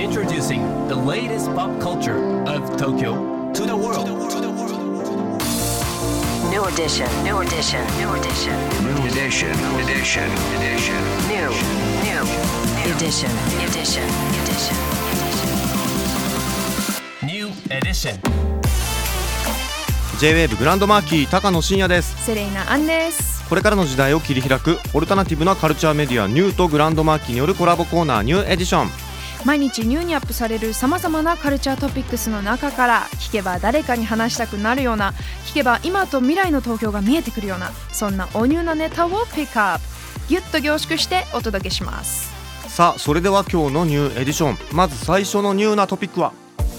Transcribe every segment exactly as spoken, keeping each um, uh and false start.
Introducing the latest pop culture of Tokyo to the world. New edition, new edition, new edition, New edition, edition, edition. new, new, new edition, edition, edition. New edition. J-ウェーブ グランドマーキー高野真也です。 セレイナアンです。 これからの時代を切り開くオルタナティブなカルチャーメディアニューとグランドマーキーによるコラボコーナーニューエディション。 毎日ニューにアップされるさまざまなカルチャートピックスの中から聞けば誰かに話したくなるような、聞けば今と未来の東京が見えてくるような、そんなおニューなネタをピックアップギュッと凝縮してお届けします。 さあそれでは今日のニューエディション、まず最初のニューなトピックは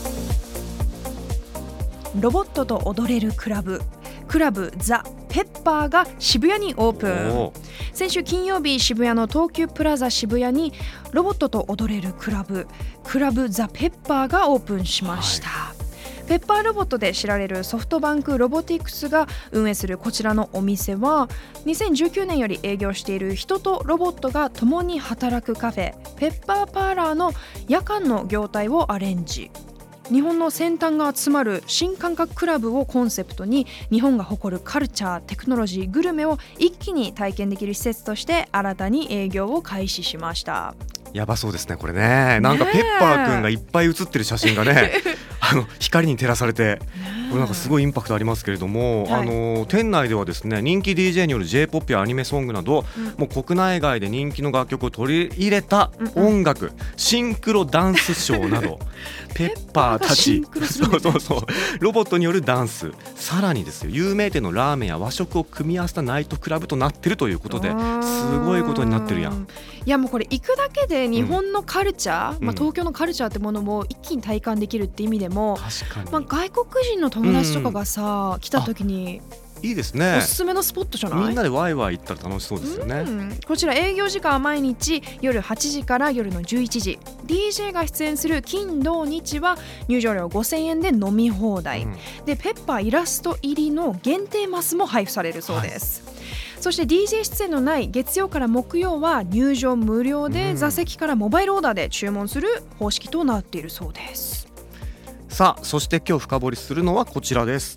ロボットと踊れるクラブクラブザ・ペッパーが渋谷にオープン。先週金曜日、渋谷の東急プラザ渋谷にロボットと踊れるクラブクラブザ・ペッパーがオープンしました、はい、ペッパーロボットで知られるソフトバンクロボティクスが運営するこちらのお店はにせんじゅうきゅうねんより営業している人とロボットが共に働くカフェペッパーパーラーの夜間の業態をアレンジ。日本の先端が集まる新感覚クラブをコンセプトに日本が誇るカルチャー、テクノロジー、グルメを一気に体験できる施設として新たに営業を開始しました。 やばそうですねこれね。なんかペッパーくんがいっぱい写ってる写真がねあの光に照らされてこれなんかすごいインパクトありますけれども、はい、あの店内ではですね人気 ディージェー による J-ポップ やアニメソングなど、うん、もう国内外で人気の楽曲を取り入れた音楽、うんうん、シンクロダンスショーなどペッパーたちそうそうそうロボットによるダンス、さらにですよ有名店のラーメンや和食を組み合わせたナイトクラブとなってるということで、すごいことになってるやん。 いやもうこれ行くだけで日本のカルチャー、うんまあ、東京のカルチャーってものも一気に体感できるって意味でも、 確かに、 まあ、外国人の友達とかがさ、うん、来た時にいいですね。 おすすめのスポットじゃない？ みんなでワイワイ行ったら楽しそうですよね、 うん、こちら営業時間は毎日夜はちじから夜のじゅういちじ、 ディージェー が出演する金土日は入場料ごせんえんで飲み放題、うん、でペッパーイラスト入りの限定マスも配布されるそうです、はい。そして ディージェー 出演のない月曜から木曜は入場無料で座席からモバイルオーダーで注文する方式となっているそうです。 さあそして今日深掘りするのはこちらです。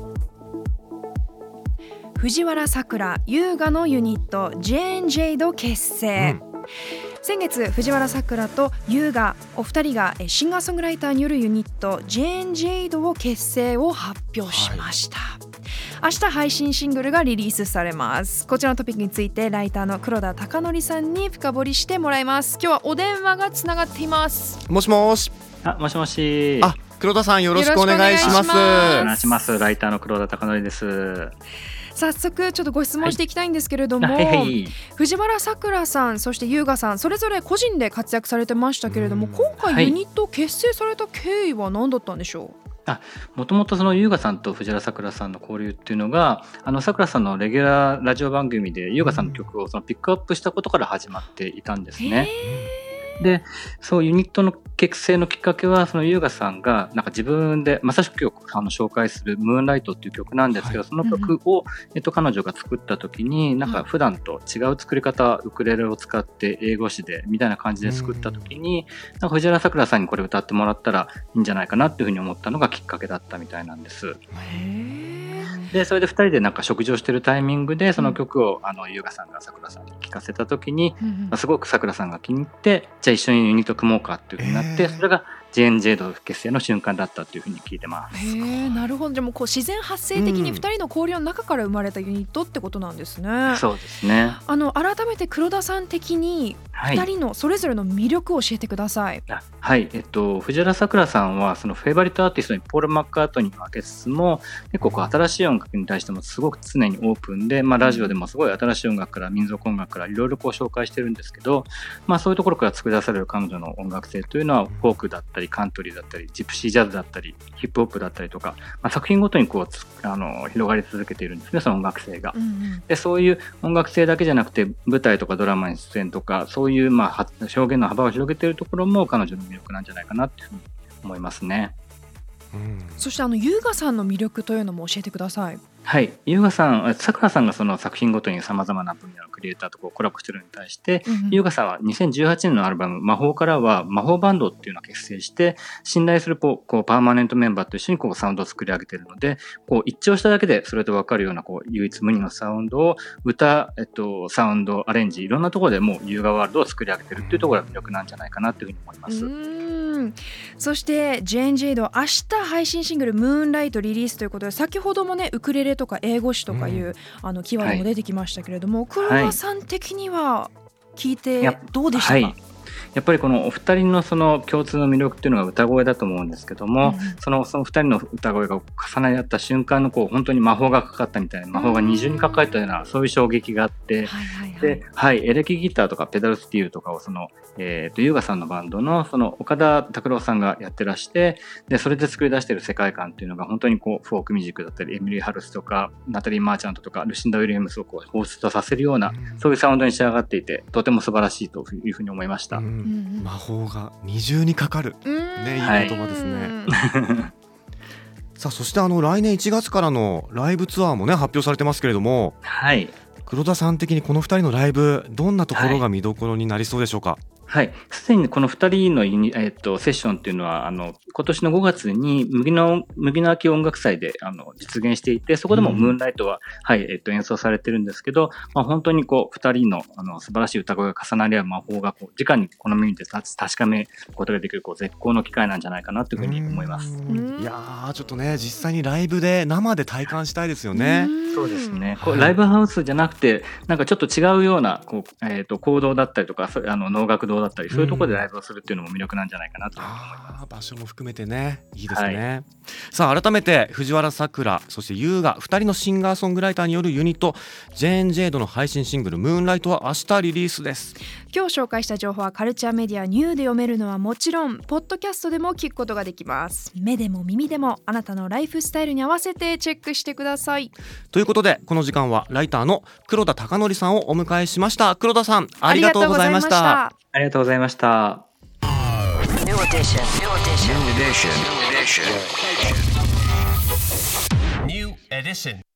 藤原さくら優雅のユニット ジェーエヌジェー と結成、うん、先月藤原さくらと優雅お二人がシンガーソングライターによるユニット ジェーエヌジェー を結成を発表しました、はい。明日配信シングルがリリースされます。こちらのトピックについてライターの黒田貴則さんに深掘りしてもらいます。今日はお電話がつながっています。 もしもし。 あ、もしもし。 あ、黒田さんよろしくお願いします。 お願いします。ライターの黒田貴則です。 早速ちょっとご質問していきたいんですけれども、 はいはいはい、 藤原さくらさんそして優雅さんそれぞれ個人で活躍されてましたけれども、今回ユニット結成された経緯は何だったんでしょう？ あ、もともとその優雅さんと藤原さくらさんの交流っていうのが、あのさくらさんのレギュラーラジオ番組で優雅さんの曲をそのピックアップしたことから始まっていたんですね。で、そうユニットの結成のきっかけはその優雅さんがなんか自分でまさしく今日あの紹介するムーンライトっていう曲なんですけど、はい、その曲を、うんえっと、彼女が作った時になんか普段と違う作り方、ウクレレを使って英語詞でみたいな感じで作った時に、なんか藤原さくらさんにこれ歌ってもらったらいいんじゃないかなっていうふうに思ったのがきっかけだったみたいなんです。でそれでふたりでなんか食事をしてるタイミングでその曲をあの優雅さんがさくらさんに聴かせた時に、うんうんまあ、すごくさくらさんが気に入ってじゃあ一緒にユニット組もうかっていう風になって、それがジェーエヌジェー 結成の瞬間だったというふうに聞いてます。 へー、なるほど。じゃあもうこう自然発生的にふたりの交流の中から生まれたユニットってことなんですね、 うん、そうですね。 あの改めて黒田さん的にふたりのそれぞれの魅力を教えてください。 はい、はい、えっと、藤原さくらさんはそのフェイバリットアーティストにポール・マッカートニーを挙げつつも結構こう新しい音楽に対してもすごく常にオープンで、まあ、ラジオでもすごい新しい音楽から民族音楽からいろいろこう紹介してるんですけど、まあ、そういうところから作り出される彼女の音楽性というのはフォークだったりカントリーだったりジプシージャズだったりヒップホップだったりとか、まあ、作品ごとにこうあの広がり続けているんですね、その音楽性が、うんうん、でそういう音楽性だけじゃなくて舞台とかドラマに出演とかそういうまあ表現の幅を広げているところも彼女の魅力なんじゃないかなっていうふうに思いますね。 うん、 そしてあの優雅さんの魅力というのも教えてください。 はい、優雅さん、さくらさんがその作品ごとにさまざまな分野のクリエイターとこうコラボしてるのに対して、 うんうん、 優雅さんはにせんじゅうはちねんのアルバム「魔法」からは魔法バンドっていうのを結成して、信頼するこうこうパーマネントメンバーと一緒にこうサウンドを作り上げているので、こう一致をしただけでそれと分かるようなこう唯一無二のサウンドを歌、えっと、サウンドアレンジいろんなところでもう優雅ワールドを作り上げているっていうところが魅力なんじゃないかなというふうに思います。 うーん、そしてジェーン・ジェイド明日配信シングル「ムーンライト」リリースということで、先ほどもねウクレレとか英語詞とかいう、うん、あのキーワードも出てきましたけれども、はい、黒田さん的には聞いてどうでしたか？ はい、やっぱりこのお二人のその共通の魅力っていうのが歌声だと思うんですけども、うん、そのその二人の歌声が重なり合った瞬間のこう本当に魔法がかかったみたいな、魔法が二重にかかったような、うん、そういう衝撃があって、はいはいはい、で、はい、エレキギターとかペダルスティールとかをそのえー、と優雅さんのバンドのその岡田拓郎さんがやってらして、でそれで作り出している世界観っていうのが本当にこうフォークミュージックだったりエミリー・ハルスとかナタリー・マーチャントとかルシンダ・ウィリアムスをこう放出させるような、うん、そういうサウンドに仕上がっていて、とても素晴らしいというふうに思いました。うん、 魔法が二重にかかる、ね、いい言葉ですね。はいさあ、そしてあの来年いちがつからのライブツアーもね発表されてますけれども、 はい、 黒田さん的にこのふたりのライブどんなところが見どころになりそうでしょうか？はいはい、すでにこのふたりの、えー、とセッションっていうのはあの今年のごがつに麦の麦の秋音楽祭であの実現していて、そこでもムーンライトは、うんはいえー、と演奏されてるんですけど、まあ、本当にこうふたりの、あの素晴らしい歌声が重なり合う魔法がこう直にこの耳で確かめることができるこう絶好の機会なんじゃないかなというふうに思います。 いやーちょっとね実際にライブで生で体感したいですよね。 そうですね、こうライブハウスじゃなくてなんかちょっと違うようなこう、えー、と行動だったりとかあの能楽堂だったりそういうところでライブをするっていうのも魅力なんじゃないかなと思います。 あ、場所も含めてねいいですね。はい、さあ改めて藤原さくらそして優雅ふたりのシンガーソングライターによるユニットジェーン・ジェイドの配信シングルムーンライトは明日リリースです。 今日紹介した情報はカルチャーメディアニューで読めるのはもちろんポッドキャストでも聞くことができます。目でも耳でもあなたのライフスタイルに合わせてチェックしてください。 ということでこの時間はライターの黒田貴則さんをお迎えしました。黒田さんありがとうございました。 ありがとうございました。 New edition. New edition. New edition. New edition.